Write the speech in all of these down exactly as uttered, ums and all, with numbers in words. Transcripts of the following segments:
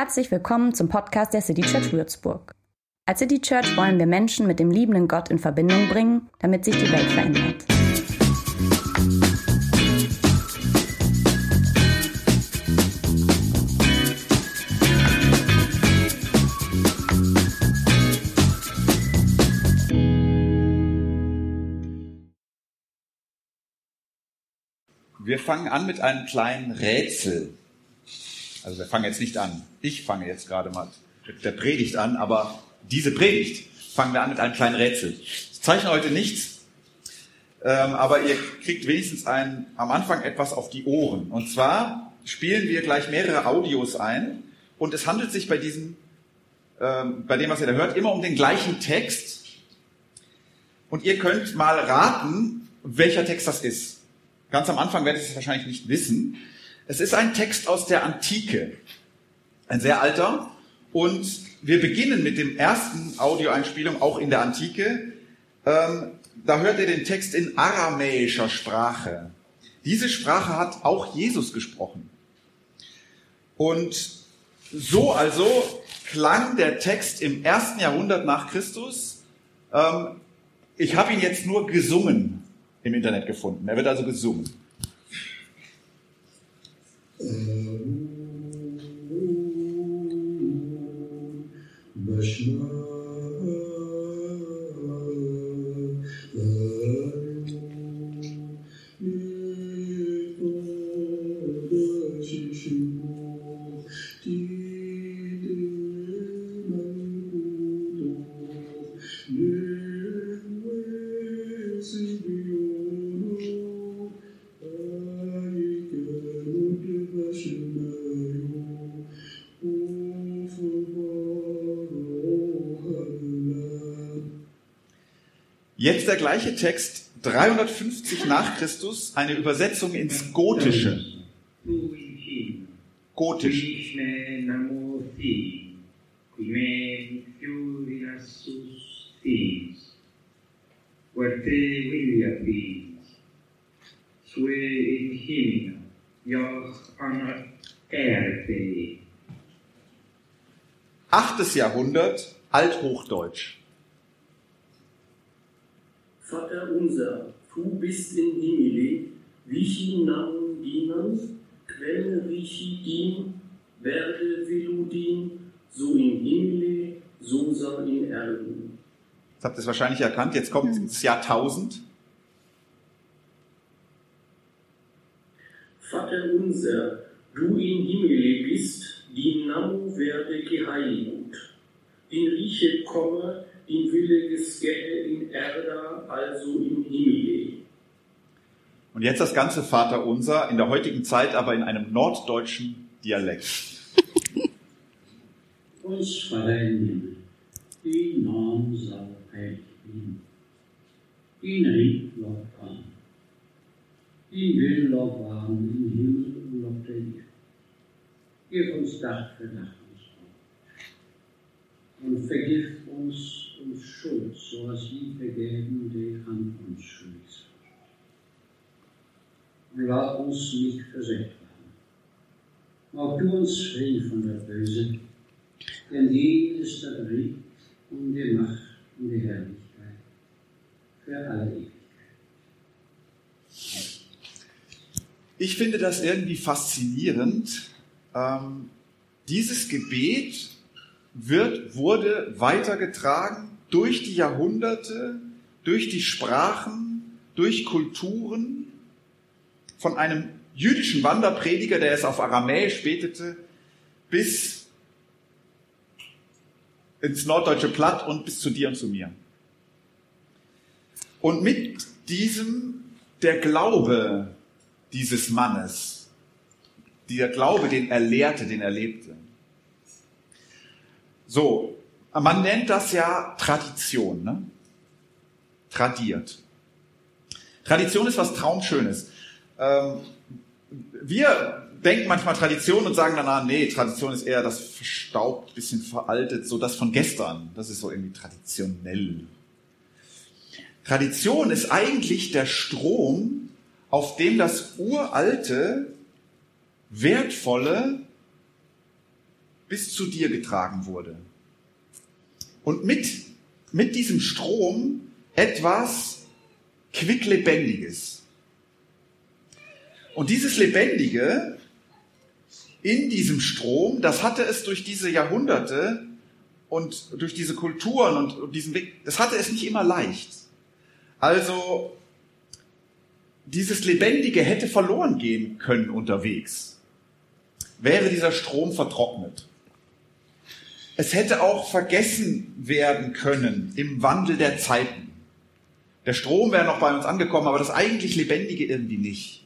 Herzlich willkommen zum Podcast der City Church Würzburg. Als City Church wollen wir Menschen mit dem liebenden Gott in Verbindung bringen, damit sich die Welt verändert. Wir fangen an mit einem kleinen Rätsel. Also wir fangen jetzt nicht an. Ich fange jetzt gerade mal mit der Predigt an, aber diese Predigt fangen wir an mit einem kleinen Rätsel. Ich zeichne heute nichts, ähm, aber ihr kriegt wenigstens ein, am Anfang etwas auf die Ohren. Und zwar spielen wir gleich mehrere Audios ein und es handelt sich bei diesem, ähm, bei dem, was ihr da hört, immer um den gleichen Text. Und ihr könnt mal raten, welcher Text das ist. Ganz am Anfang werdet ihr es wahrscheinlich nicht wissen. Es ist ein Text aus der Antike, ein sehr alter. Und wir beginnen mit dem ersten Audioeinspielung, auch in der Antike. Ähm, da hört ihr den Text in aramäischer Sprache. Diese Sprache hat auch Jesus gesprochen. Und so also klang der Text im ersten Jahrhundert nach Christus. Ähm, ich habe ihn jetzt nur gesungen im Internet gefunden. Er wird also gesungen. Jetzt der gleiche Text, dreihundertfünfzig nach Christus, eine Übersetzung ins Gotische. Gotisch. Achtes Jahrhundert, Althochdeutsch. Vater unser, du bist in Himmel, wichi nam dinan, quelle wichi din, werde willudin, so in Himmel, so sei in Erden. Jetzt habt ihr es wahrscheinlich erkannt, jetzt kommt das Jahrtausend. Vater unser, du in Himmel bist, din Name werde geheiligt, din Reiche komme, in Wille geschehe in Erda, also im Himmel. Und jetzt das ganze Vaterunser, in der heutigen Zeit aber in einem norddeutschen Dialekt. Uns Vater im Himmel, die Name sei heilig werden. Die Reich Lob an. Die Will Lob an im Himmel und auf der Erde. Gib uns Dach für Dach und vergib uns uns Schuld, so als wir vergeben, die an uns schuldig sind. Und lass uns nicht versenkt werden. Auch du uns frei von der Böse, denn dir ist der Reich und die Macht und die Herrlichkeit für alle Ewigkeit. Ich finde das irgendwie faszinierend. Ähm, dieses Gebet wird, wurde weitergetragen durch die Jahrhunderte, durch die Sprachen, durch Kulturen von einem jüdischen Wanderprediger, der es auf Aramäisch betete, bis ins norddeutsche Platt und bis zu dir und zu mir. Und mit diesem der Glaube dieses Mannes, der Glaube, den er lehrte, den er lebte. So, man nennt das ja Tradition, ne? Tradiert. Tradition ist was Traumschönes. Ähm, wir denken manchmal Tradition und sagen dann, ah, nee, Tradition ist eher das verstaubt, bisschen veraltet, so das von gestern. Das ist so irgendwie traditionell. Tradition ist eigentlich der Strom, auf dem das uralte, wertvolle bis zu dir getragen wurde. Und mit, mit diesem Strom etwas Quicklebendiges. Und dieses Lebendige in diesem Strom, das hatte es durch diese Jahrhunderte und durch diese Kulturen und diesen Weg, das hatte es nicht immer leicht. Also dieses Lebendige hätte verloren gehen können unterwegs, wäre dieser Strom vertrocknet. Es hätte auch vergessen werden können im Wandel der Zeiten. Der Strom wäre noch bei uns angekommen, aber das eigentlich Lebendige irgendwie nicht.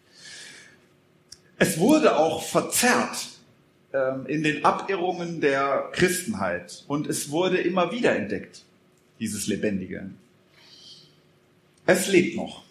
Es wurde auch verzerrt ähm, in den Abirrungen der Christenheit und es wurde immer wieder entdeckt, dieses Lebendige. Es lebt noch.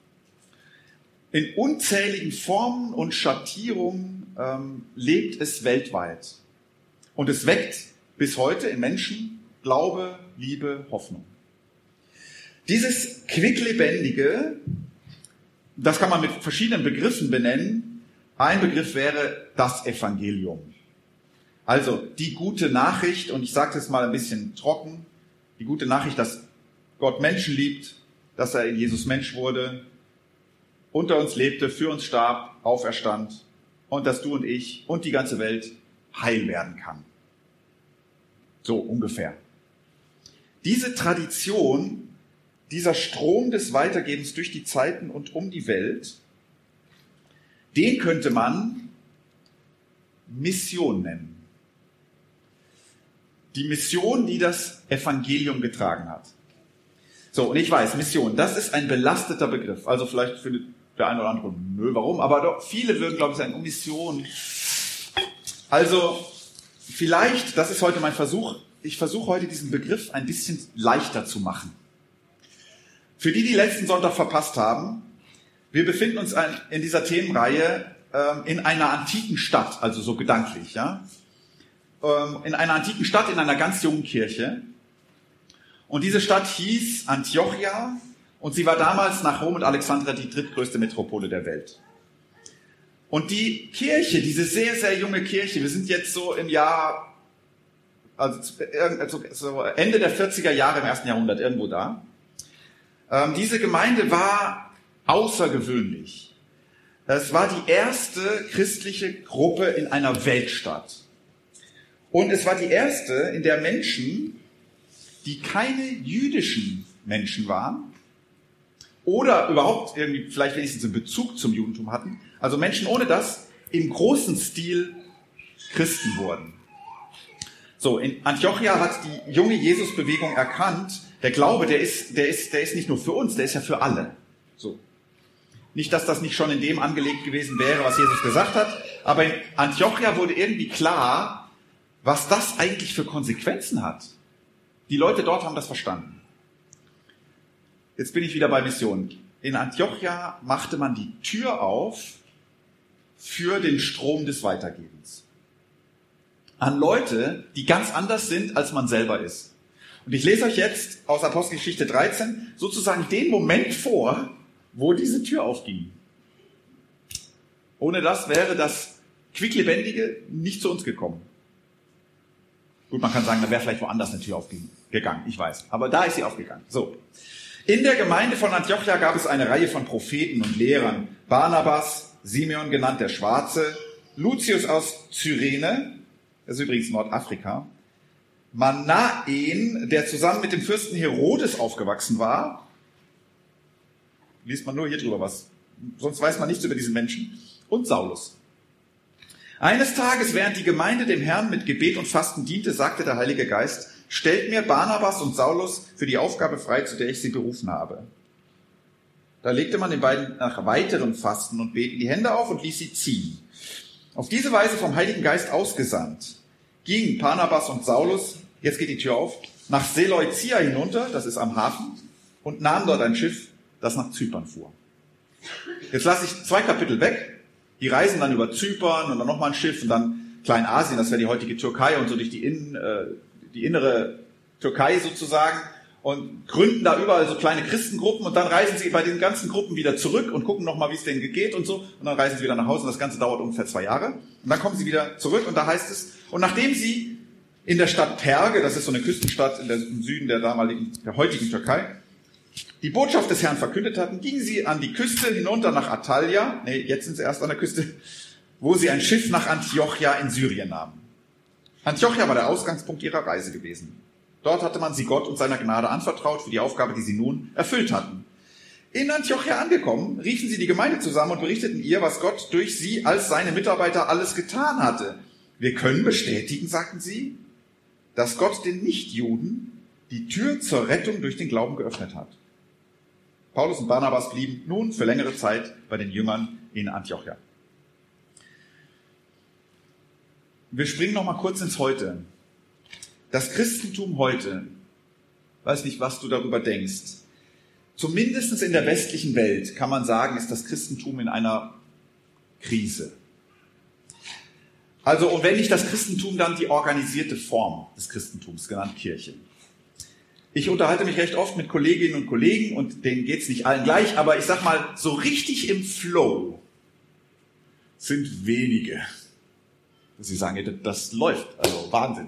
In unzähligen Formen und Schattierungen ähm, lebt es weltweit. Und es weckt bis heute in Menschen Glaube, Liebe, Hoffnung. Dieses Quicklebendige, das kann man mit verschiedenen Begriffen benennen. Ein Begriff wäre das Evangelium. Also die gute Nachricht, und ich sage das mal ein bisschen trocken, die gute Nachricht, dass Gott Menschen liebt, dass er in Jesus Mensch wurde, unter uns lebte, für uns starb, auferstand und dass du und ich und die ganze Welt heil werden kann. So ungefähr. Diese Tradition, dieser Strom des Weitergebens durch die Zeiten und um die Welt, den könnte man Mission nennen. Die Mission, die das Evangelium getragen hat. So, und ich weiß, Mission, das ist ein belasteter Begriff. Also vielleicht findet der eine oder andere, nö, warum? Aber doch, viele würden, glaube ich, sagen, oh, Mission. Also, vielleicht, das ist heute mein Versuch, ich versuche heute diesen Begriff ein bisschen leichter zu machen. Für die, die letzten Sonntag verpasst haben, wir befinden uns in dieser Themenreihe in einer antiken Stadt, also so gedanklich, ja, in einer antiken Stadt, in einer ganz jungen Kirche. Und diese Stadt hieß Antiochia und sie war damals nach Rom und Alexandria die drittgrößte Metropole der Welt. Und die Kirche, diese sehr, sehr junge Kirche, wir sind jetzt so im Jahr, also so Ende der vierziger Jahre im ersten Jahrhundert, irgendwo da. Diese Gemeinde war außergewöhnlich. Es war die erste christliche Gruppe in einer Weltstadt. Und es war die erste, in der Menschen, die keine jüdischen Menschen waren oder überhaupt irgendwie vielleicht wenigstens einen Bezug zum Judentum hatten, also Menschen ohne das, im großen Stil Christen wurden. So, in Antiochia hat die junge Jesus-Bewegung erkannt, der Glaube, der ist, der ist, der ist nicht nur für uns, der ist ja für alle. So. Nicht, dass das nicht schon in dem angelegt gewesen wäre, was Jesus gesagt hat, aber in Antiochia wurde irgendwie klar, was das eigentlich für Konsequenzen hat. Die Leute dort haben das verstanden. Jetzt bin ich wieder bei Mission. In Antiochia machte man die Tür auf für den Strom des Weitergebens. An Leute, die ganz anders sind, als man selber ist. Und ich lese euch jetzt aus Apostelgeschichte dreizehn sozusagen den Moment vor, wo diese Tür aufging. Ohne das wäre das Quicklebendige nicht zu uns gekommen. Gut, man kann sagen, da wäre vielleicht woanders eine Tür aufgegangen, ich weiß. Aber da ist sie aufgegangen. So. In der Gemeinde von Antiochia gab es eine Reihe von Propheten und Lehrern. Barnabas, Simeon genannt der Schwarze, Lucius aus Cyrene, das ist übrigens Nordafrika, Manaen, der zusammen mit dem Fürsten Herodes aufgewachsen war, liest man nur hier drüber was, sonst weiß man nichts über diesen Menschen, und Saulus. Eines Tages, während die Gemeinde dem Herrn mit Gebet und Fasten diente, sagte der Heilige Geist, stellt mir Barnabas und Saulus für die Aufgabe frei, zu der ich sie berufen habe. Da legte man den beiden nach weiterem Fasten und Beten die Hände auf und ließ sie ziehen. Auf diese Weise vom Heiligen Geist ausgesandt, gingen Barnabas und Saulus, jetzt geht die Tür auf, nach Seleucia hinunter, das ist am Hafen, und nahmen dort ein Schiff, das nach Zypern fuhr. Jetzt lasse ich zwei Kapitel weg. Die reisen dann über Zypern und dann nochmal ein Schiff und dann Kleinasien, das wäre die heutige Türkei und so durch die, Innen, äh, die innere Türkei sozusagen. und gründen da überall so kleine Christengruppen und dann reisen sie bei den ganzen Gruppen wieder zurück und gucken nochmal, wie es denen geht und so. Und dann reisen sie wieder nach Hause und das Ganze dauert ungefähr zwei Jahre. Und dann kommen sie wieder zurück und da heißt es, und nachdem sie in der Stadt Perge, das ist so eine Küstenstadt in der, im Süden der damaligen, der heutigen Türkei, die Botschaft des Herrn verkündet hatten, gingen sie an die Küste hinunter nach Attalia, nee, jetzt sind sie erst an der Küste, wo sie ein Schiff nach Antiochia in Syrien nahmen. Antiochia war der Ausgangspunkt ihrer Reise gewesen. Dort hatte man sie Gott und seiner Gnade anvertraut für die Aufgabe, die sie nun erfüllt hatten. In Antiochia angekommen, riefen sie die Gemeinde zusammen und berichteten ihr, was Gott durch sie als seine Mitarbeiter alles getan hatte. Wir können bestätigen, sagten sie, dass Gott den Nichtjuden die Tür zur Rettung durch den Glauben geöffnet hat. Paulus und Barnabas blieben nun für längere Zeit bei den Jüngern in Antiochia. Wir springen noch mal kurz ins Heute. Das Christentum heute, weiß nicht, was du darüber denkst, zumindest in der westlichen Welt kann man sagen, ist das Christentum in einer Krise. Also, und wenn nicht das Christentum, dann die organisierte Form des Christentums, genannt Kirche. Ich unterhalte mich recht oft mit Kolleginnen und Kollegen und denen geht's nicht allen gleich, aber ich sag mal, so richtig im Flow sind wenige. Sie sagen, das läuft, also Wahnsinn.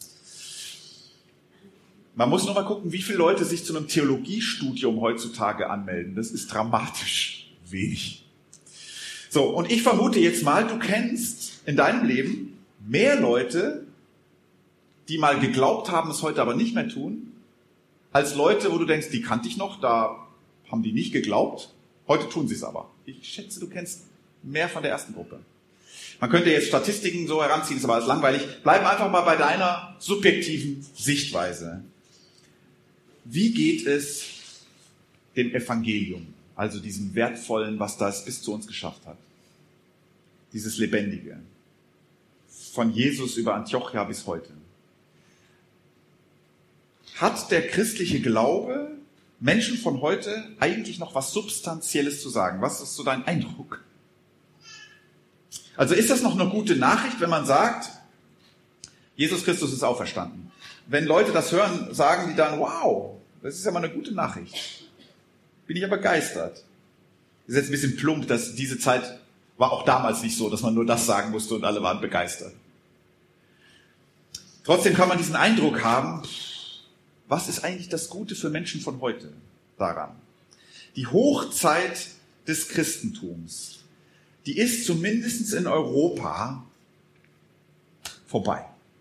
Man muss nur mal gucken, wie viele Leute sich zu einem Theologiestudium heutzutage anmelden. Das ist dramatisch wenig. So, und ich vermute jetzt mal, du kennst in deinem Leben mehr Leute, die mal geglaubt haben, es heute aber nicht mehr tun, als Leute, wo du denkst, die kannte ich noch, da haben die nicht geglaubt, heute tun sie es aber. Ich schätze, du kennst mehr von der ersten Gruppe. Man könnte jetzt Statistiken so heranziehen, ist aber alles langweilig. Bleib einfach mal bei deiner subjektiven Sichtweise. Wie geht es dem Evangelium, also diesem Wertvollen, was das bis zu uns geschafft hat? Dieses Lebendige. Von Jesus über Antiochia bis heute. Hat der christliche Glaube Menschen von heute eigentlich noch was Substanzielles zu sagen? Was ist so dein Eindruck? Also ist das noch eine gute Nachricht, wenn man sagt, Jesus Christus ist auferstanden? Wenn Leute das hören, sagen die dann, wow, das ist ja mal eine gute Nachricht. Bin ich ja begeistert. Das ist jetzt ein bisschen plump, dass diese Zeit war auch damals nicht so, dass man nur das sagen musste und alle waren begeistert. Trotzdem kann man diesen Eindruck haben, was ist eigentlich das Gute für Menschen von heute daran? Die Hochzeit des Christentums, die ist zumindest in Europa vorbei.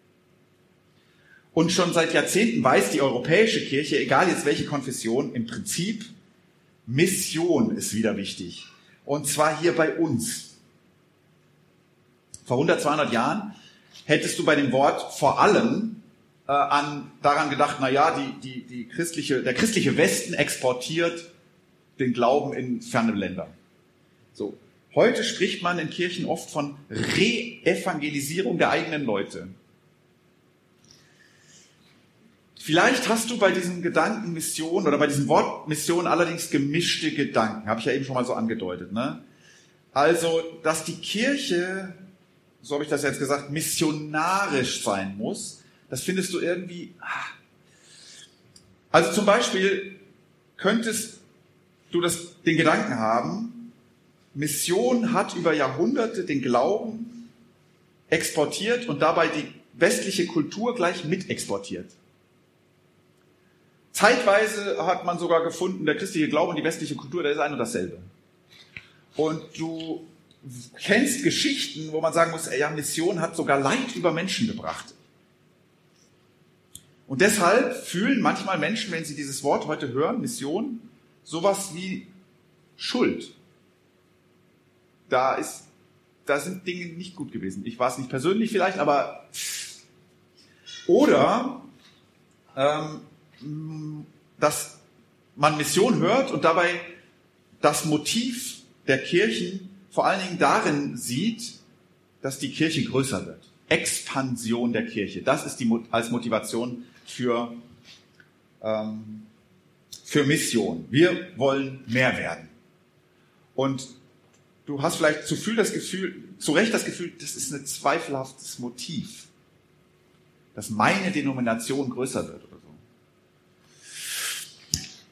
Und schon seit Jahrzehnten weiß die europäische Kirche, egal jetzt welche Konfession, im Prinzip, Mission ist wieder wichtig. Und zwar hier bei uns. Vor hundert, zweihundert Jahren hättest du bei dem Wort vor allem äh, an, daran gedacht, na ja, die, die, die christliche, der christliche Westen exportiert den Glauben in ferne Länder. So. Heute spricht man in Kirchen oft von Re-Evangelisierung der eigenen Leute. Vielleicht hast du bei diesem Gedanken Mission oder bei diesem Wort Mission allerdings gemischte Gedanken. Habe ich ja eben schon mal so angedeutet. Ne? Also, dass die Kirche, so habe ich das jetzt gesagt, missionarisch sein muss, das findest du irgendwie... Also zum Beispiel könntest du das, den Gedanken haben, Mission hat über Jahrhunderte den Glauben exportiert und dabei die westliche Kultur gleich mit exportiert. Zeitweise hat man sogar gefunden, der christliche Glaube und die westliche Kultur, das ist ein und dasselbe. Und du kennst Geschichten, wo man sagen muss, ja, Mission hat sogar Leid über Menschen gebracht. Und deshalb fühlen manchmal Menschen, wenn sie dieses Wort heute hören, Mission, sowas wie Schuld. Da ist, da sind Dinge nicht gut gewesen. Ich war es nicht persönlich vielleicht, aber oder ähm, dass man Mission hört und dabei das Motiv der Kirchen vor allen Dingen darin sieht, dass die Kirche größer wird. Expansion der Kirche. Das ist die als Motivation für, ähm, für Mission. Wir wollen mehr werden. Und du hast vielleicht zu viel das Gefühl, zu Recht das Gefühl, das ist ein zweifelhaftes Motiv, dass meine Denomination größer wird oder so.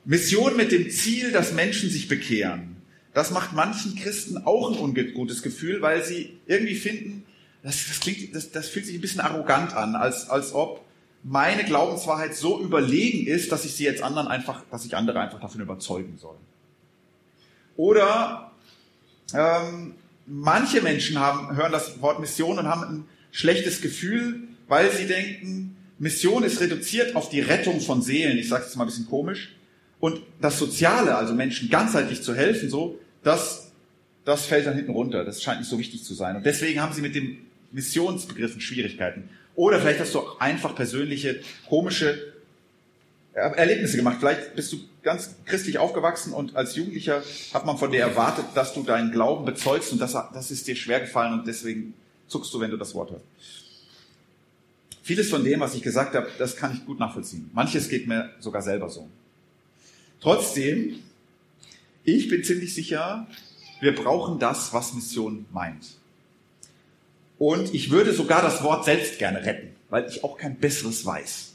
Mission mit dem Ziel, dass Menschen sich bekehren. Das macht manchen Christen auch ein ungutes Gefühl, weil sie irgendwie finden, das, das, klingt, das, das fühlt sich ein bisschen arrogant an, als, als ob meine Glaubenswahrheit so überlegen ist, dass ich sie jetzt anderen einfach, dass ich andere einfach davon überzeugen soll. Oder ähm, manche Menschen haben, hören das Wort Mission und haben ein schlechtes Gefühl, weil sie denken, Mission ist reduziert auf die Rettung von Seelen. Ich sage es mal ein bisschen komisch. Und das Soziale, also Menschen ganzheitlich zu helfen, so, das, das fällt dann hinten runter. Das scheint nicht so wichtig zu sein. Und deswegen haben sie mit dem Missionsbegriffen Schwierigkeiten. Oder vielleicht hast du auch einfach persönliche, komische Erlebnisse gemacht. Vielleicht bist du ganz christlich aufgewachsen und als Jugendlicher hat man von dir erwartet, dass du deinen Glauben bezeugst und das, das ist dir schwer gefallen und deswegen zuckst du, wenn du das Wort hörst. Vieles von dem, was ich gesagt habe, das kann ich gut nachvollziehen. Manches geht mir sogar selber so. Trotzdem, ich bin ziemlich sicher, wir brauchen das, was Mission meint. Und ich würde sogar das Wort selbst gerne retten, weil ich auch kein besseres weiß.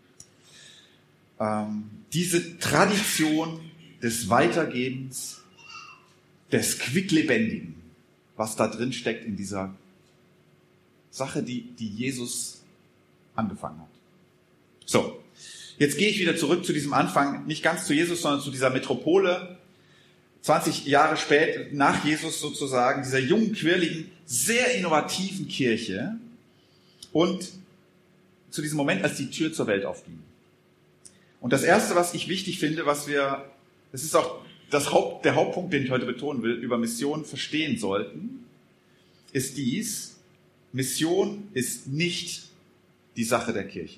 Ähm, diese Tradition des Weitergebens, des Quicklebendigen, was da drin steckt in dieser Sache, die, die Jesus angefangen hat. So, jetzt gehe ich wieder zurück zu diesem Anfang, nicht ganz zu Jesus, sondern zu dieser Metropole, zwanzig Jahre später, nach Jesus sozusagen, dieser jungen, quirligen, sehr innovativen Kirche und zu diesem Moment, als die Tür zur Welt aufging. Und das Erste, was ich wichtig finde, was wir, das ist auch das Haupt, der Hauptpunkt, den ich heute betonen will, über Mission verstehen sollten, ist dies: Mission ist nicht die Sache der Kirche.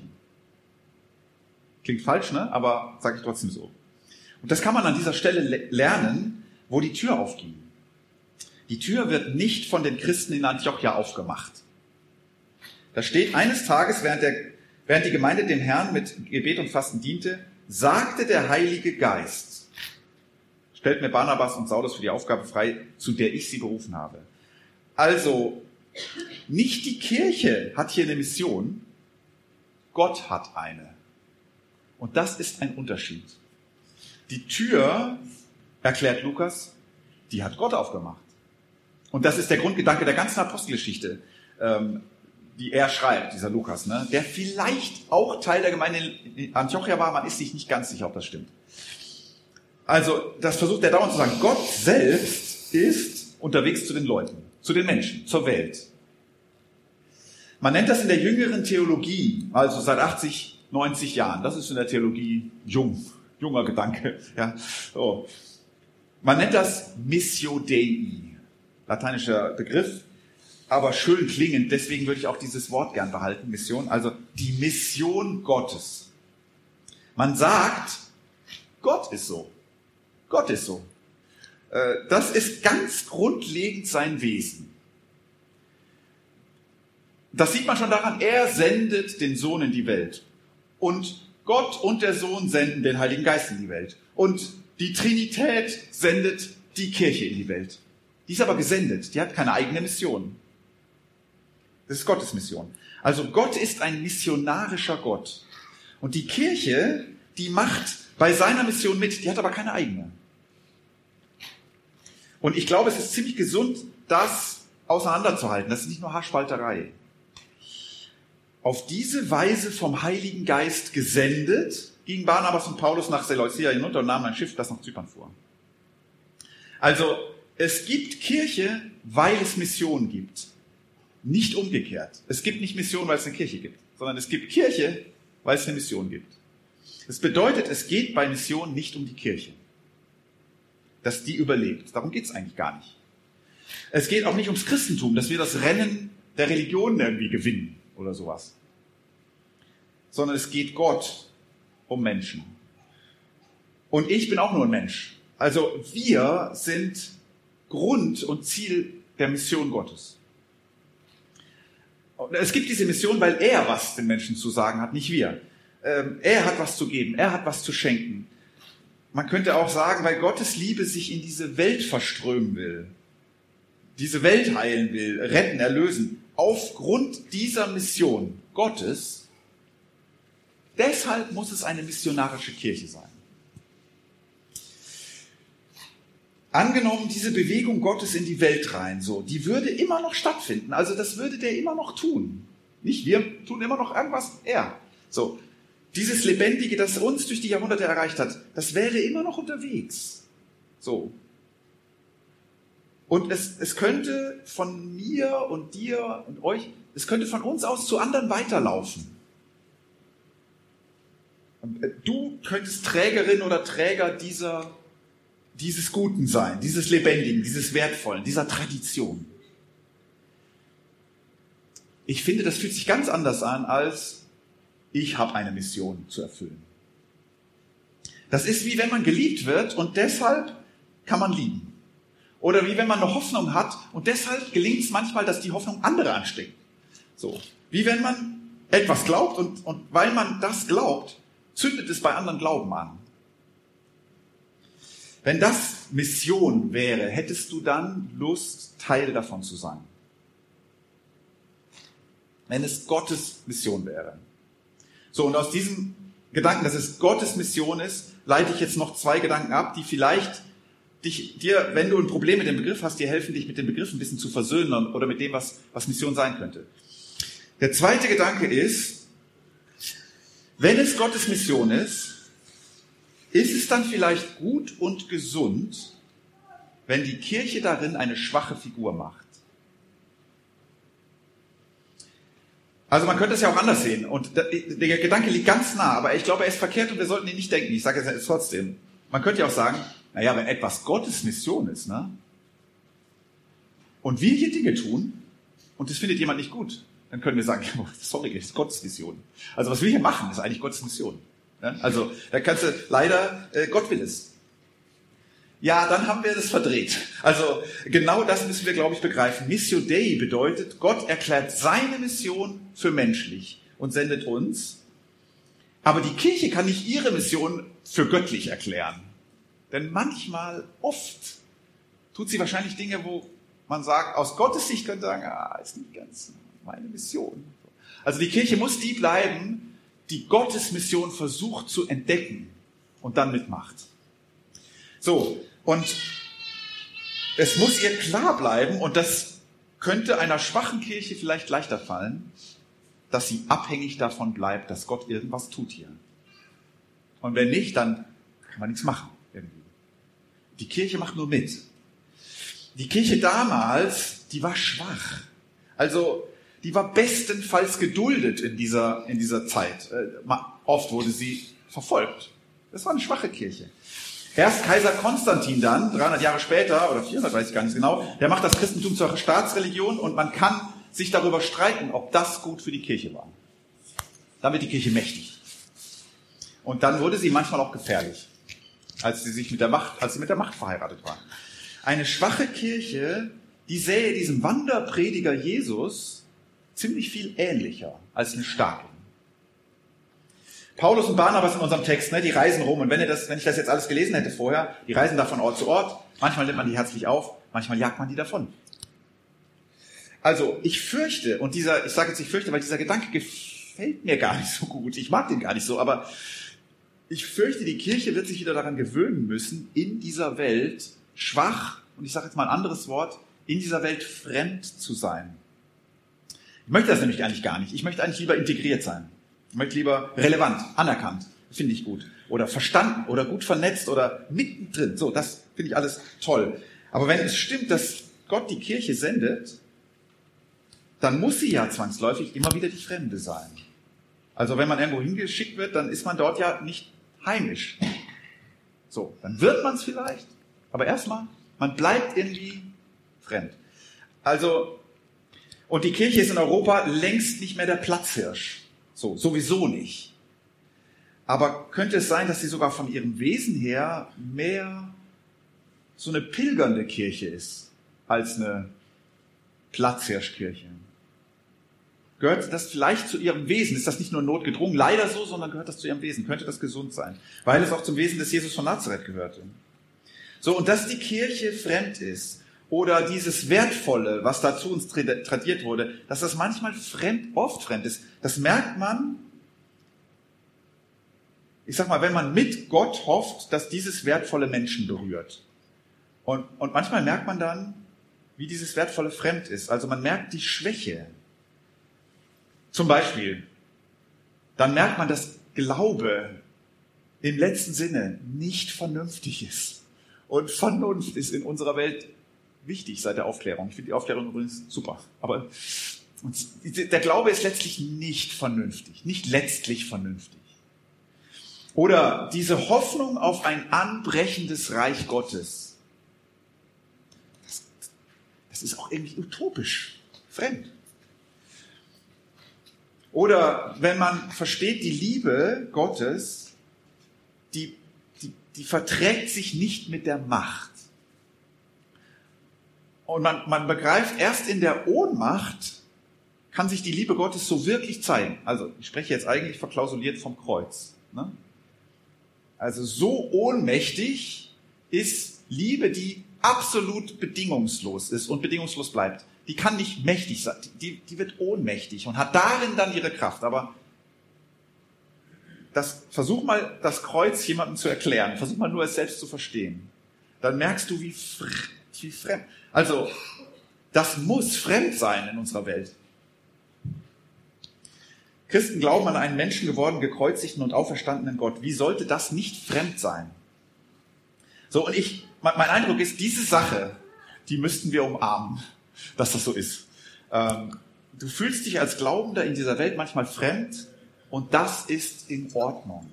Klingt falsch, ne? Aber sage ich trotzdem so. Und das kann man an dieser Stelle le- lernen, wo die Tür aufging. Die Tür wird nicht von den Christen in Antiochia aufgemacht. Da steht, eines Tages, während, der, während die Gemeinde dem Herrn mit Gebet und Fasten diente, sagte der Heilige Geist, stellt mir Barnabas und Saulus für die Aufgabe frei, zu der ich sie berufen habe. Also, nicht die Kirche hat hier eine Mission, Gott hat eine. Und das ist ein Unterschied. Die Tür, erklärt Lukas, die hat Gott aufgemacht. Und das ist der Grundgedanke der ganzen Apostelgeschichte, ähm, die er schreibt, dieser Lukas, ne? Der vielleicht auch Teil der Gemeinde in Antiochia war, man ist sich nicht ganz sicher, ob das stimmt. Also, das versucht er dauernd zu sagen, Gott selbst ist unterwegs zu den Leuten, zu den Menschen, zur Welt. Man nennt das in der jüngeren Theologie, also seit achtzig, neunzig Jahren, das ist in der Theologie jung, junger Gedanke, ja, so. Man nennt das Missio Dei, lateinischer Begriff, aber schön klingend, deswegen würde ich auch dieses Wort gern behalten, Mission, also die Mission Gottes. Man sagt, Gott ist so, Gott ist so. Das ist ganz grundlegend sein Wesen. Das sieht man schon daran, er sendet den Sohn in die Welt. Und Gott und der Sohn senden den Heiligen Geist in die Welt. Und die Trinität sendet die Kirche in die Welt. Die ist aber gesendet, die hat keine eigene Mission. Das ist Gottes Mission. Also Gott ist ein missionarischer Gott. Und die Kirche, die macht bei seiner Mission mit, die hat aber keine eigene. Und ich glaube, es ist ziemlich gesund, das auseinanderzuhalten. Das ist nicht nur Haarspalterei. Auf diese Weise vom Heiligen Geist gesendet, gingen Barnabas und Paulus nach Seleucia hinunter und nahmen ein Schiff, das nach Zypern fuhr. Also, es gibt Kirche, weil es Mission gibt. Nicht umgekehrt. Es gibt nicht Mission, weil es eine Kirche gibt, sondern es gibt Kirche, weil es eine Mission gibt. Das bedeutet, es geht bei Mission nicht um die Kirche, dass die überlebt. Darum geht es eigentlich gar nicht. Es geht auch nicht ums Christentum, dass wir das Rennen der Religionen irgendwie gewinnen oder sowas. Sondern es geht Gott um Menschen. Und ich bin auch nur ein Mensch. Also wir sind Grund und Ziel der Mission Gottes. Und es gibt diese Mission, weil er was den Menschen zu sagen hat, nicht wir. Ähm, er hat was zu geben, er hat was zu schenken. Man könnte auch sagen, weil Gottes Liebe sich in diese Welt verströmen will, diese Welt heilen will, retten, erlösen, aufgrund dieser Mission Gottes, deshalb muss es eine missionarische Kirche sein. angenommen, diese Bewegung Gottes in die Welt rein, so, die würde immer noch stattfinden. Also das würde der immer noch tun. Nicht wir tun immer noch irgendwas, er. So, dieses Lebendige, das uns durch die Jahrhunderte erreicht hat, das wäre immer noch unterwegs. So. Und es, es könnte von mir und dir und euch, es könnte von uns aus zu anderen weiterlaufen. Du könntest Trägerin oder Träger dieser, dieses Guten sein, dieses Lebendigen, dieses Wertvollen, dieser Tradition. Ich finde, das fühlt sich ganz anders an, als ich habe eine Mission zu erfüllen. Das ist wie wenn man geliebt wird und deshalb kann man lieben. Oder wie wenn man eine Hoffnung hat und deshalb gelingt es manchmal, dass die Hoffnung andere ansteckt. So. Wie wenn man etwas glaubt und, und weil man das glaubt, zündet es bei anderen Glauben an. Wenn das Mission wäre, hättest du dann Lust, Teil davon zu sein. Wenn es Gottes Mission wäre. So, und aus diesem Gedanken, dass es Gottes Mission ist, leite ich jetzt noch zwei Gedanken ab, die vielleicht dich, dir, wenn du ein Problem mit dem Begriff hast, dir helfen, dich mit dem Begriff ein bisschen zu versöhnen oder mit dem, was, was Mission sein könnte. Der zweite Gedanke ist, wenn es Gottes Mission ist, ist es dann vielleicht gut und gesund, wenn die Kirche darin eine schwache Figur macht. Also man könnte es ja auch anders sehen und der Gedanke liegt ganz nah, aber ich glaube, er ist verkehrt und wir sollten ihn nicht denken. Ich sage es jetzt trotzdem. Man könnte ja auch sagen, naja, wenn etwas Gottes Mission ist, ne, und wir hier Dinge tun und das findet jemand nicht gut, dann können wir sagen, sorry, das ist Gottes Mission. Also was wir hier machen, ist eigentlich Gottes Mission. Ja? Also da kannst du leider, äh, Gott will es. Ja, dann haben wir das verdreht. Also genau das müssen wir, glaube ich, begreifen. Missio Dei bedeutet, Gott erklärt seine Mission für menschlich und sendet uns. Aber die Kirche kann nicht ihre Mission für göttlich erklären. Denn manchmal, oft, tut sie wahrscheinlich Dinge, wo man sagt, aus Gottes Sicht könnte sagen, ah, ist nicht ganz meine Mission. Also die Kirche muss die bleiben, die Gottes Mission versucht zu entdecken und dann mitmacht. So, und es muss ihr klar bleiben, und das könnte einer schwachen Kirche vielleicht leichter fallen, dass sie abhängig davon bleibt, dass Gott irgendwas tut hier. Und wenn nicht, dann kann man nichts machen. Irgendwie. Die Kirche macht nur mit. Die Kirche damals, die war schwach. Also, die war bestenfalls geduldet in dieser, in dieser Zeit. Oft wurde sie verfolgt. Das war eine schwache Kirche. Erst Kaiser Konstantin dann, dreihundert Jahre später, oder vierhundert, weiß ich gar nicht genau, der macht das Christentum zur Staatsreligion und man kann sich darüber streiten, ob das gut für die Kirche war. Dann wird die Kirche mächtig. Und dann wurde sie manchmal auch gefährlich, als sie sich mit der Macht, als sie mit der Macht verheiratet war. Eine schwache Kirche, die sähe diesem Wanderprediger Jesus ziemlich viel ähnlicher als eine starke. Paulus und Barnabas in unserem Text, ne, die reisen rum. Und wenn, ihr das, wenn ich das jetzt alles gelesen hätte vorher, die reisen da von Ort zu Ort. Manchmal nimmt man die herzlich auf, manchmal jagt man die davon. Also, ich fürchte, und dieser, ich sage jetzt ich fürchte, weil dieser Gedanke gefällt mir gar nicht so gut. Ich mag den gar nicht so, aber ich fürchte, die Kirche wird sich wieder daran gewöhnen müssen, in dieser Welt schwach, und ich sage jetzt mal ein anderes Wort, in dieser Welt fremd zu sein. Ich möchte das nämlich eigentlich gar nicht. Ich möchte eigentlich lieber integriert sein. Ich möchte lieber relevant, anerkannt, finde ich gut. Oder verstanden oder gut vernetzt oder mittendrin. So, das finde ich alles toll. Aber wenn es stimmt, dass Gott die Kirche sendet, dann muss sie ja zwangsläufig immer wieder die Fremde sein. Also wenn man irgendwo hingeschickt wird, dann ist man dort ja nicht heimisch. So, dann wird man es vielleicht, aber erstmal, man bleibt irgendwie fremd. Also, und die Kirche ist in Europa längst nicht mehr der Platzhirsch. So, sowieso nicht. Aber könnte es sein, dass sie sogar von ihrem Wesen her mehr so eine pilgernde Kirche ist, als eine Platzhirschkirche? Gehört das vielleicht zu ihrem Wesen? Ist das nicht nur notgedrungen, leider so, sondern gehört das zu ihrem Wesen? Könnte das gesund sein? Weil es auch zum Wesen des Jesus von Nazareth gehörte. So, und dass die Kirche fremd ist, oder dieses Wertvolle, was da zu uns tradiert wurde, dass das manchmal fremd, oft fremd ist, das merkt man, ich sag mal, wenn man mit Gott hofft, dass dieses Wertvolle Menschen berührt. Und, und manchmal merkt man dann, wie dieses Wertvolle fremd ist. Also man merkt die Schwäche. Zum Beispiel, dann merkt man, dass Glaube im letzten Sinne nicht vernünftig ist. Und Vernunft ist in unserer Welt wichtig seit der Aufklärung. Ich finde die Aufklärung übrigens super. Aber der Glaube ist letztlich nicht vernünftig, nicht letztlich vernünftig. Oder diese Hoffnung auf ein anbrechendes Reich Gottes. Das, das ist auch irgendwie utopisch, fremd. Oder wenn man versteht, die Liebe Gottes, die, die, die verträgt sich nicht mit der Macht. Und man, man begreift, erst in der Ohnmacht kann sich die Liebe Gottes so wirklich zeigen. Also ich spreche jetzt eigentlich verklausuliert vom Kreuz. Ne? Also so ohnmächtig ist Liebe, die absolut bedingungslos ist und bedingungslos bleibt. Die kann nicht mächtig sein, die, die wird ohnmächtig und hat darin dann ihre Kraft. Aber das, versuch mal, das Kreuz jemandem zu erklären, versuch mal nur es selbst zu verstehen. Dann merkst du, wie, fr- wie fremd. Also, das muss fremd sein in unserer Welt. Christen glauben an einen Menschen geworden, gekreuzigten und auferstandenen Gott. Wie sollte das nicht fremd sein? So, und ich, mein Eindruck ist, diese Sache, die müssten wir umarmen, dass das so ist. Ähm, du fühlst dich als Glaubender in dieser Welt manchmal fremd und das ist in Ordnung.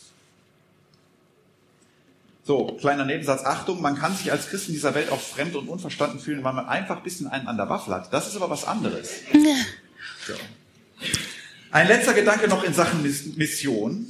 So, kleiner Nebensatz, Achtung, man kann sich als Christ in dieser Welt auch fremd und unverstanden fühlen, weil man einfach ein bisschen einen an der Waffel hat. Das ist aber was anderes. So. Ein letzter Gedanke noch in Sachen Mission.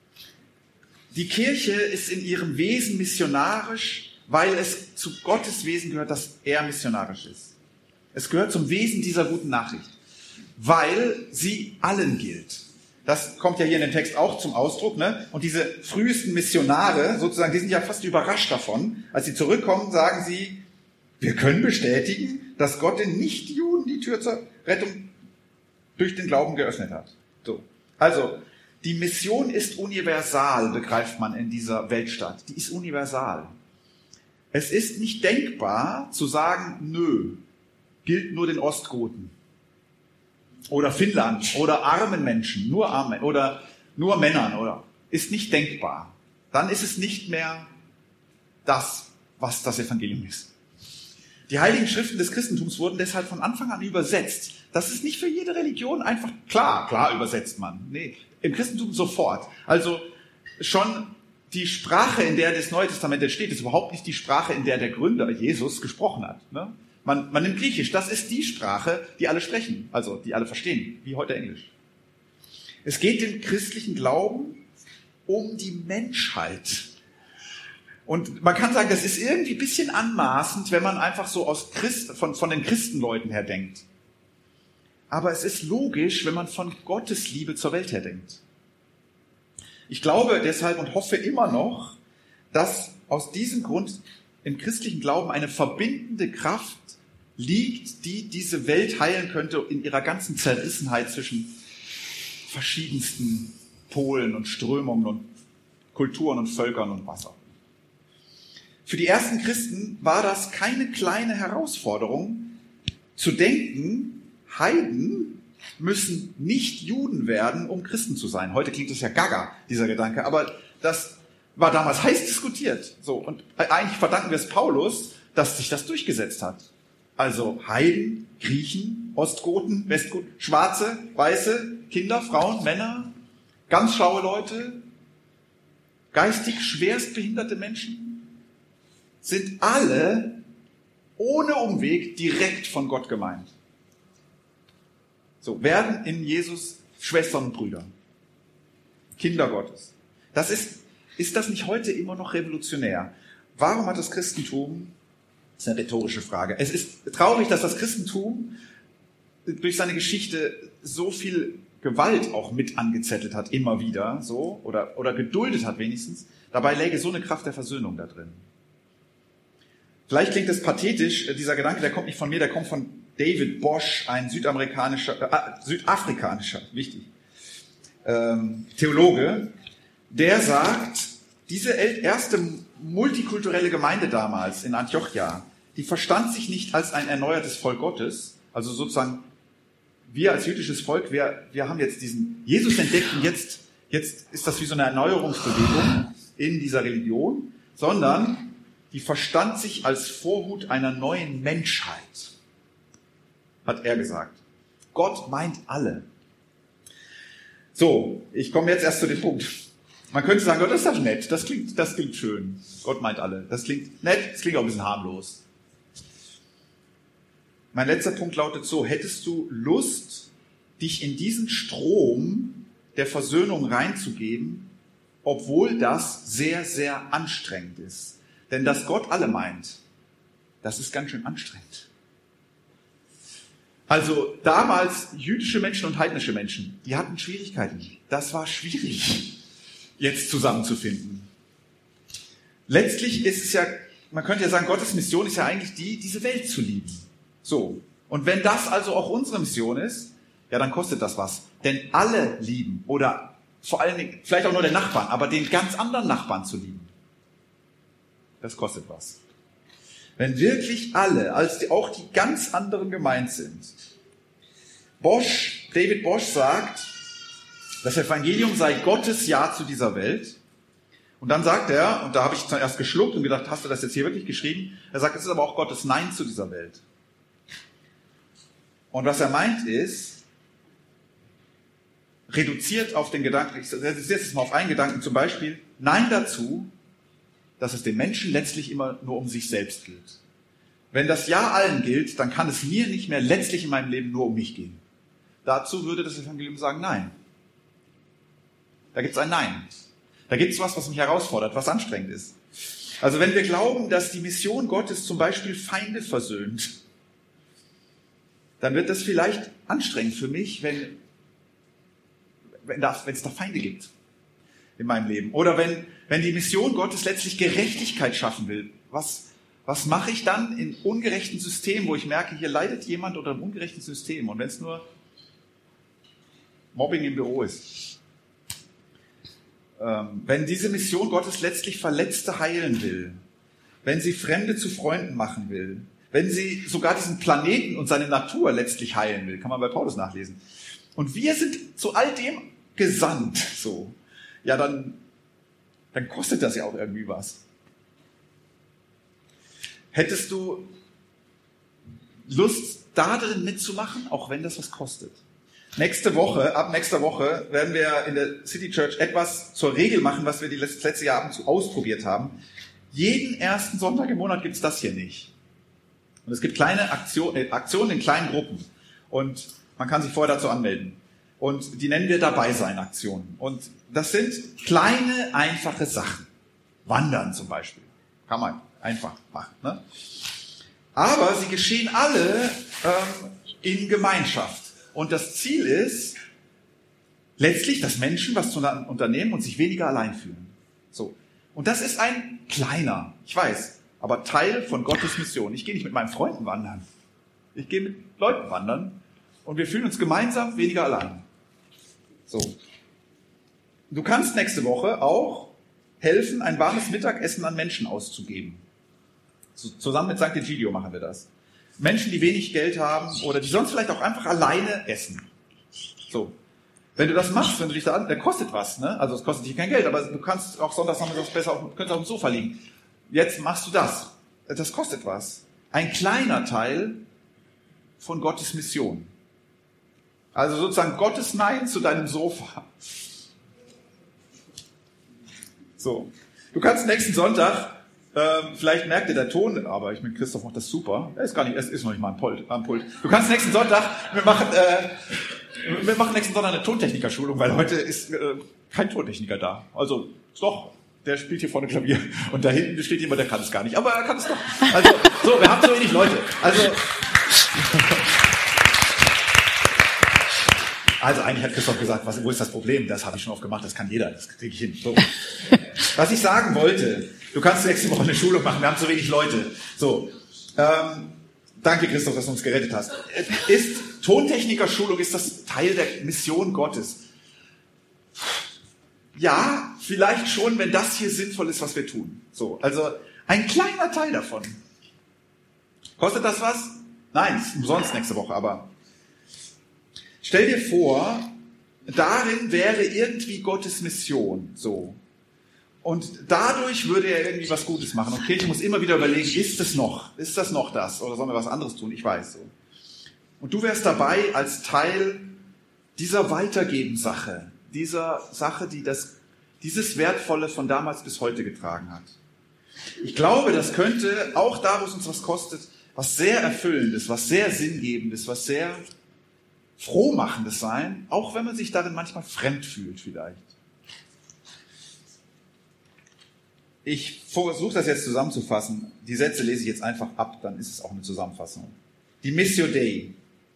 Die Kirche ist in ihrem Wesen missionarisch, weil es zu Gottes Wesen gehört, dass er missionarisch ist. Es gehört zum Wesen dieser guten Nachricht, weil sie allen gilt. Das kommt ja hier in dem Text auch zum Ausdruck, ne? Und diese frühesten Missionare, sozusagen, die sind ja fast überrascht davon. Als sie zurückkommen, sagen sie, wir können bestätigen, dass Gott den Nichtjuden die Tür zur Rettung durch den Glauben geöffnet hat. So. Also, die Mission ist universal, begreift man in dieser Weltstadt. Die ist universal. Es ist nicht denkbar zu sagen, nö, gilt nur den Ostgoten. Oder Finnland, oder armen Menschen, nur armen, oder nur Männern, oder, ist nicht denkbar. Dann ist es nicht mehr das, was das Evangelium ist. Die heiligen Schriften des Christentums wurden deshalb von Anfang an übersetzt. Das ist nicht für jede Religion einfach klar, klar übersetzt man. Nee, im Christentum sofort. Also schon die Sprache, in der das Neue Testament entsteht, ist überhaupt nicht die Sprache, in der der Gründer Jesus gesprochen hat. Ne? Man, man nimmt Griechisch, das ist die Sprache, die alle sprechen, also die alle verstehen, wie heute Englisch. Es geht im christlichen Glauben um die Menschheit. Und man kann sagen, das ist irgendwie ein bisschen anmaßend, wenn man einfach so aus Christ, von, von den Christenleuten her denkt. Aber es ist logisch, wenn man von Gottes Liebe zur Welt her denkt. Ich glaube deshalb und hoffe immer noch, dass aus diesem Grund im christlichen Glauben eine verbindende Kraft liegt, die diese Welt heilen könnte in ihrer ganzen Zerrissenheit zwischen verschiedensten Polen und Strömungen und Kulturen und Völkern und was auch. Für die ersten Christen war das keine kleine Herausforderung, zu denken, Heiden müssen nicht Juden werden, um Christen zu sein. Heute klingt das ja gaga, dieser Gedanke, aber das war damals heiß diskutiert. So, und eigentlich verdanken wir es Paulus, dass sich das durchgesetzt hat. Also Heiden, Griechen, Ostgoten, Westgoten, Schwarze, Weiße, Kinder, Frauen, Männer, ganz schlaue Leute, geistig schwerstbehinderte Menschen, sind alle ohne Umweg direkt von Gott gemeint. So, werden in Jesus Schwestern und Brüder, Kinder Gottes. Das ist, ist das nicht heute immer noch revolutionär? Warum hat das Christentum, das ist eine rhetorische Frage, es ist traurig, dass das Christentum durch seine Geschichte so viel Gewalt auch mit angezettelt hat, immer wieder, so, oder, oder geduldet hat wenigstens. Dabei läge so eine Kraft der Versöhnung da drin. Vielleicht klingt es pathetisch, dieser Gedanke, der kommt nicht von mir, der kommt von David Bosch, ein südamerikanischer, äh, südafrikanischer, wichtig, ähm, Theologe, der sagt, diese erste multikulturelle Gemeinde damals in Antiochia, die verstand sich nicht als ein erneuertes Volk Gottes, also sozusagen wir als jüdisches Volk, wir, wir haben jetzt diesen Jesus entdeckt und jetzt, jetzt ist das wie so eine Erneuerungsbewegung in dieser Religion, sondern die verstand sich als Vorhut einer neuen Menschheit, hat er gesagt. Gott meint alle. So, ich komme jetzt erst zu dem Punkt. Man könnte sagen, Gott, das ist doch nett, das klingt, das klingt schön. Gott meint alle. Das klingt nett, das klingt auch ein bisschen harmlos. Mein letzter Punkt lautet so: Hättest du Lust, dich in diesen Strom der Versöhnung reinzugeben, obwohl das sehr, sehr anstrengend ist? Denn dass Gott alle meint, das ist ganz schön anstrengend. Also damals jüdische Menschen und heidnische Menschen, die hatten Schwierigkeiten. Das war schwierig, jetzt zusammenzufinden. Letztlich ist es ja, man könnte ja sagen, Gottes Mission ist ja eigentlich die, diese Welt zu lieben. So. Und wenn das also auch unsere Mission ist, ja, dann kostet das was. Denn alle lieben, oder vor allen Dingen, vielleicht auch nur den Nachbarn, aber den ganz anderen Nachbarn zu lieben, das kostet was. Wenn wirklich alle, als die, auch die ganz anderen gemeint sind. Bosch, David Bosch sagt, das Evangelium sei Gottes Ja zu dieser Welt. Und dann sagt er, und da habe ich zuerst geschluckt und gedacht, hast du das jetzt hier wirklich geschrieben? Er sagt, es ist aber auch Gottes Nein zu dieser Welt. Und was er meint ist, reduziert auf den Gedanken, ich reduziere es mal auf einen Gedanken, zum Beispiel, Nein dazu, dass es den Menschen letztlich immer nur um sich selbst geht. Wenn das Ja allen gilt, dann kann es mir nicht mehr letztlich in meinem Leben nur um mich gehen. Dazu würde das Evangelium sagen, nein. Da gibt es ein Nein. Da gibt es was, was mich herausfordert, was anstrengend ist. Also wenn wir glauben, dass die Mission Gottes zum Beispiel Feinde versöhnt, dann wird das vielleicht anstrengend für mich, wenn, wenn, da, wenn es da Feinde gibt in meinem Leben. Oder wenn, wenn die Mission Gottes letztlich Gerechtigkeit schaffen will. Was, was mache ich dann in ungerechten Systemen, wo ich merke, hier leidet jemand unter einem ungerechten System? Und wenn es nur Mobbing im Büro ist. Ähm, wenn diese Mission Gottes letztlich Verletzte heilen will, wenn sie Fremde zu Freunden machen will, wenn sie sogar diesen Planeten und seine Natur letztlich heilen will, kann man bei Paulus nachlesen. Und wir sind zu all dem gesandt, so. Ja, dann, dann kostet das ja auch irgendwie was. Hättest du Lust, da drin mitzumachen, auch wenn das was kostet? Nächste Woche, ab nächster Woche, werden wir in der City Church etwas zur Regel machen, was wir die letzte Jahr ab und zu ausprobiert haben. Jeden ersten Sonntag im Monat gibt's das hier nicht. Und es gibt kleine Aktion, äh, Aktionen in kleinen Gruppen. Und man kann sich vorher dazu anmelden. Und die nennen wir Dabei-Sein-Aktionen. Und das sind kleine, einfache Sachen. Wandern zum Beispiel. Kann man einfach machen. Ne? Aber sie geschehen alle ähm, in Gemeinschaft. Und das Ziel ist letztlich, dass Menschen was zu unternehmen und sich weniger allein fühlen. So. Und das ist ein kleiner, ich weiß, aber Teil von Gottes Mission. Ich gehe nicht mit meinen Freunden wandern. Ich gehe mit Leuten wandern und wir fühlen uns gemeinsam weniger allein. So. Du kannst nächste Woche auch helfen, ein warmes Mittagessen an Menschen auszugeben. So, zusammen mit Sankt Egidio machen wir das. Menschen, die wenig Geld haben oder die sonst vielleicht auch einfach alleine essen. So. Wenn du das machst, wenn du dich da an, der kostet was, ne? Also es kostet dich kein Geld, aber du kannst auch sonntags nachmittags besser auf, könntest auf dem Sofa liegen. Jetzt machst du das. Das kostet was. Ein kleiner Teil von Gottes Mission. Also sozusagen Gottes Nein zu deinem Sofa. So. Du kannst nächsten Sonntag, ähm, vielleicht merkt ihr der Ton, aber ich mit Christoph macht das super. Er ist gar nicht, es ist noch nicht mal am Pult, am Pult. Du kannst nächsten Sonntag, wir machen, äh, wir machen nächsten Sonntag eine Tontechniker-Schulung, weil heute ist äh, kein Tontechniker da. Also, doch, der spielt hier vorne Klavier. Und da hinten steht jemand, der kann es gar nicht. Aber er kann es doch. Also, so, wir haben so wenig Leute. Also, also eigentlich hat Christoph gesagt, was, wo ist das Problem? Das habe ich schon oft gemacht, das kann jeder, das kriege ich hin. So. Was ich sagen wollte, du kannst nächste Woche eine Schulung machen, wir haben zu wenig Leute. So, ähm, danke Christoph, dass du uns gerettet hast. Ist Tontechniker-Schulung, ist das Teil der Mission Gottes? Ja, vielleicht schon, wenn das hier sinnvoll ist, was wir tun. So, also ein kleiner Teil davon. Kostet das was? Nein, ist umsonst nächste Woche, aber stell dir vor, darin wäre irgendwie Gottes Mission, so. Und dadurch würde er irgendwie was Gutes machen. Und Kirche muss immer wieder überlegen, ist es noch? Ist das noch das? Oder sollen wir was anderes tun? Ich weiß so. Und du wärst dabei als Teil dieser Weitergebenssache, dieser Sache, die das, dieses Wertvolle von damals bis heute getragen hat. Ich glaube, das könnte auch da, wo es uns was kostet, was sehr Erfüllendes, was sehr Sinngebendes, was sehr Frohmachendes sein, auch wenn man sich darin manchmal fremd fühlt vielleicht. Ich versuche das jetzt zusammenzufassen. Die Sätze lese ich jetzt einfach ab, dann ist es auch eine Zusammenfassung. Die Missio Dei.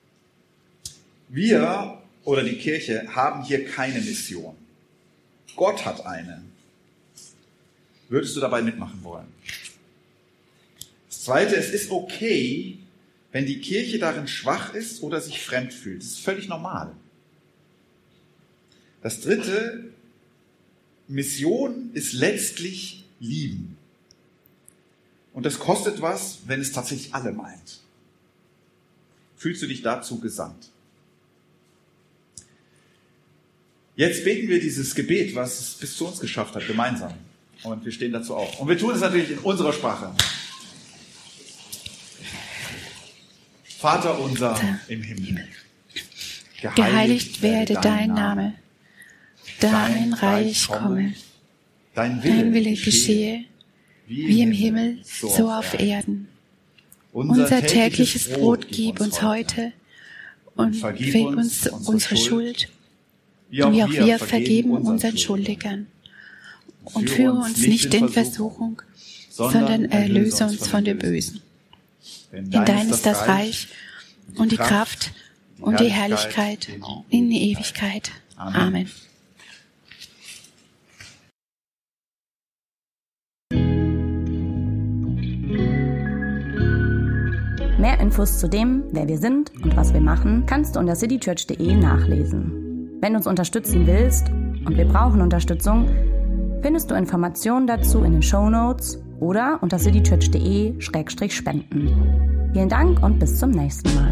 Wir oder die Kirche haben hier keine Mission. Gott hat eine. Würdest du dabei mitmachen wollen? Das Zweite, es ist okay, wenn die Kirche darin schwach ist oder sich fremd fühlt. Das ist völlig normal. Das Dritte, Mission ist letztlich Lieben. Und das kostet was, wenn es tatsächlich alle meint. Fühlst du dich dazu gesandt? Jetzt beten wir dieses Gebet, was es bis zu uns geschafft hat, gemeinsam. Und wir stehen dazu auf. Und wir tun es natürlich in unserer Sprache. Vater unser im Himmel. Geheiligt, Geheiligt werde dein Name. Dein Reich komme. Dein Wille, dein Wille geschehe, wie im Himmel, so auf Erden. Unser tägliches Brot gib uns heute und vergib uns unsere Schuld, wie auch wir vergeben unseren Schuldigern. Und führe uns nicht in Versuchung, sondern erlöse uns von dem Bösen. Denn dein ist das Reich und die Kraft und die Herrlichkeit in die Ewigkeit. Amen. Mehr Infos zu dem, wer wir sind und was wir machen, kannst du unter citychurch punkt de nachlesen. Wenn du uns unterstützen willst, und wir brauchen Unterstützung, findest du Informationen dazu in den Shownotes oder unter citychurch punkt de slash spenden. Vielen Dank und bis zum nächsten Mal.